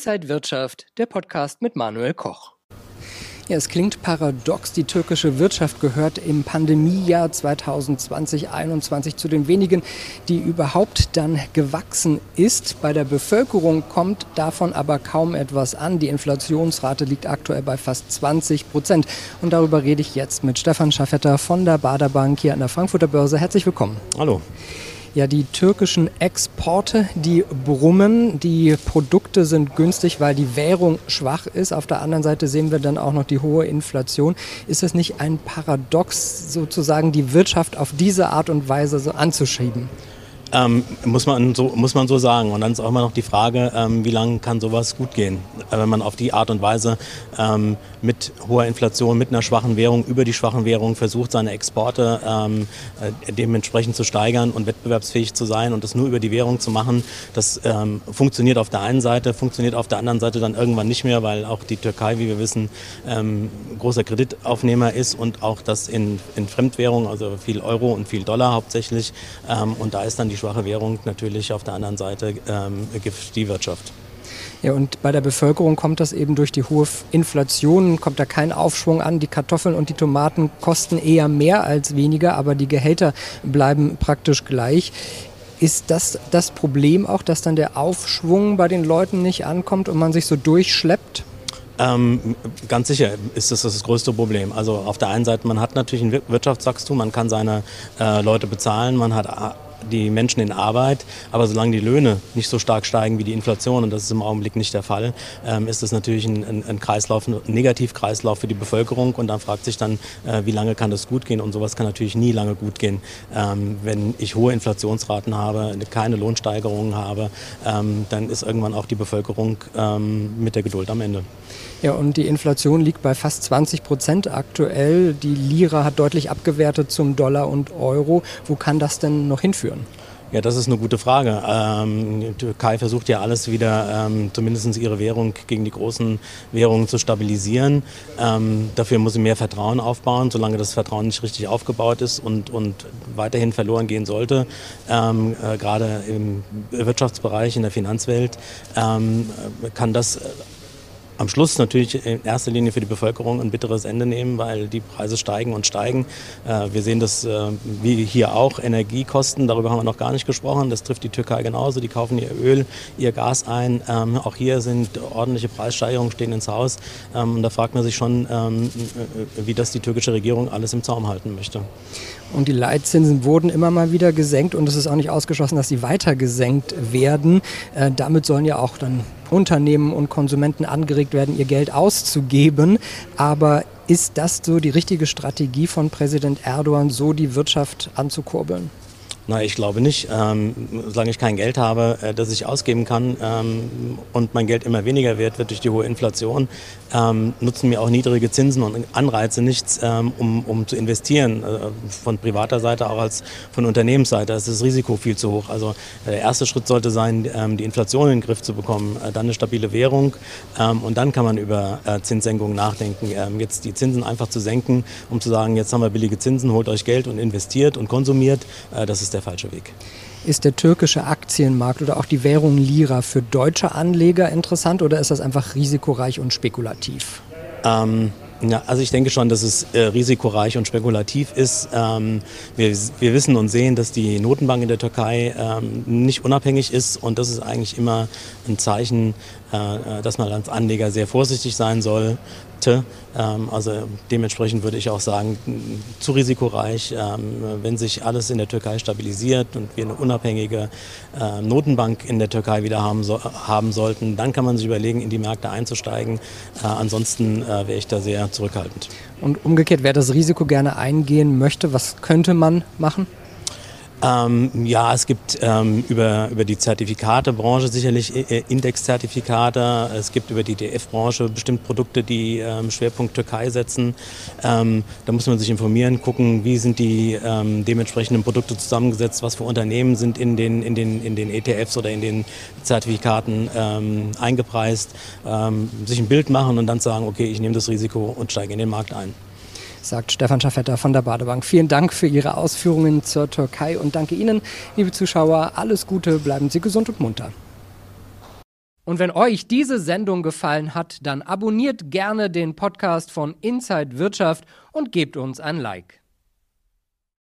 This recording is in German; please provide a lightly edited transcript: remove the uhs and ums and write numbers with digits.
Inside Wirtschaft, der Podcast mit Manuel Koch. Ja, es klingt paradox, die türkische Wirtschaft gehört im Pandemiejahr 2020/21 zu den wenigen, die überhaupt dann gewachsen ist. Bei der Bevölkerung kommt davon aber kaum etwas an. Die Inflationsrate liegt aktuell bei fast 20%. Und darüber rede ich jetzt mit Stefan Schaffetter von der Baader Bank hier an der Frankfurter Börse. Herzlich willkommen. Hallo. Ja, die türkischen Exporte, die brummen, die Produkte sind günstig, weil die Währung schwach ist. Auf der anderen Seite sehen wir dann auch noch die hohe Inflation. Ist es nicht ein Paradox, sozusagen die Wirtschaft auf diese Art und Weise so anzuschieben? Muss man so sagen. Und dann ist auch immer noch die Frage, wie lange kann sowas gut gehen, wenn man auf die Art und Weise mit hoher Inflation, mit einer schwachen Währung, über die schwachen Währungen versucht, seine Exporte dementsprechend zu steigern und wettbewerbsfähig zu sein und das nur über die Währung zu machen. Das funktioniert auf der einen Seite, funktioniert auf der anderen Seite dann irgendwann nicht mehr, weil auch die Türkei, wie wir wissen, großer Kreditaufnehmer ist und auch das in Fremdwährung, also viel Euro und viel Dollar hauptsächlich. Und da ist dann die schwache Währung natürlich auf der anderen Seite Gift die Wirtschaft. Ja, und bei der Bevölkerung kommt das eben durch die hohe Inflation, kommt da kein Aufschwung an. Die Kartoffeln und die Tomaten kosten eher mehr als weniger, aber die Gehälter bleiben praktisch gleich. Ist das das Problem auch, dass dann der Aufschwung bei den Leuten nicht ankommt und man sich so durchschleppt? Ganz sicher ist das größte Problem. Also auf der einen Seite, man hat natürlich ein Wirtschaftswachstum, man kann seine Leute bezahlen, man hat die Menschen in Arbeit, aber solange die Löhne nicht so stark steigen wie die Inflation, und das ist im Augenblick nicht der Fall, ist das natürlich ein Kreislauf, ein Negativkreislauf für die Bevölkerung, und dann fragt sich dann, wie lange kann das gut gehen, und sowas kann natürlich nie lange gut gehen. Wenn ich hohe Inflationsraten habe, keine Lohnsteigerungen habe, dann ist irgendwann auch die Bevölkerung mit der Geduld am Ende. Ja, und die Inflation liegt bei fast 20% aktuell. Die Lira hat deutlich abgewertet zum Dollar und Euro. Wo kann das denn noch hinführen? Ja, das ist eine gute Frage. Die Türkei versucht ja alles wieder, zumindest ihre Währung gegen die großen Währungen zu stabilisieren. Dafür muss sie mehr Vertrauen aufbauen. Solange das Vertrauen nicht richtig aufgebaut ist und weiterhin verloren gehen sollte, gerade im Wirtschaftsbereich, in der Finanzwelt, kann das am Schluss natürlich in erster Linie für die Bevölkerung ein bitteres Ende nehmen, weil die Preise steigen und steigen. Wir sehen das wie hier auch, Energiekosten, darüber haben wir noch gar nicht gesprochen. Das trifft die Türkei genauso. Die kaufen ihr Öl, ihr Gas ein. Auch hier sind ordentliche Preissteigerungen, stehen ins Haus. Und da fragt man sich schon, wie das die türkische Regierung alles im Zaum halten möchte. Und die Leitzinsen wurden immer mal wieder gesenkt, und es ist auch nicht ausgeschlossen, dass sie weiter gesenkt werden. Damit sollen ja auch dann Unternehmen und Konsumenten angeregt werden, ihr Geld auszugeben. Aber ist das so die richtige Strategie von Präsident Erdogan, so die Wirtschaft anzukurbeln? Nein, ich glaube nicht. Solange ich kein Geld habe, das ich ausgeben kann, und mein Geld immer weniger wert wird durch die hohe Inflation, nutzen mir auch niedrige Zinsen und Anreize nichts, um zu investieren. Von privater Seite auch als von Unternehmensseite ist das Risiko viel zu hoch. Also der erste Schritt sollte sein, die Inflation in den Griff zu bekommen, dann eine stabile Währung, und dann kann man über Zinssenkungen nachdenken. Jetzt die Zinsen einfach zu senken, um zu sagen, jetzt haben wir billige Zinsen, holt euch Geld und investiert und konsumiert, das ist der falsche Weg. Ist der türkische Aktienmarkt oder auch die Währung Lira für deutsche Anleger interessant, oder ist das einfach risikoreich und spekulativ? Ja, also ich denke schon, dass es risikoreich und spekulativ ist. Wir wissen und sehen, dass die Notenbank in der Türkei nicht unabhängig ist, und das ist eigentlich immer ein Zeichen, dass man als Anleger sehr vorsichtig sein sollte. Also dementsprechend würde ich auch sagen, zu risikoreich. Wenn sich alles in der Türkei stabilisiert und wir eine unabhängige Notenbank in der Türkei wieder haben sollten, dann kann man sich überlegen, in die Märkte einzusteigen. Ansonsten wäre ich da sehr zurückhaltend. Und umgekehrt, wer das Risiko gerne eingehen möchte, was könnte man machen? Ja, es gibt über die Zertifikatebranche sicherlich Indexzertifikate. Es gibt über die DF-Branche bestimmt Produkte, die Schwerpunkt Türkei setzen. Da muss man sich informieren, gucken, wie sind die dementsprechenden Produkte zusammengesetzt, was für Unternehmen sind in den ETFs oder in den Zertifikaten eingepreist. Sich ein Bild machen und dann sagen, okay, ich nehme das Risiko und steige in den Markt ein. Sagt Stefan Schaffetter von der Baader Bank. Vielen Dank für Ihre Ausführungen zur Türkei und danke Ihnen, liebe Zuschauer. Alles Gute, bleiben Sie gesund und munter. Und wenn euch diese Sendung gefallen hat, dann abonniert gerne den Podcast von Inside Wirtschaft und gebt uns ein Like.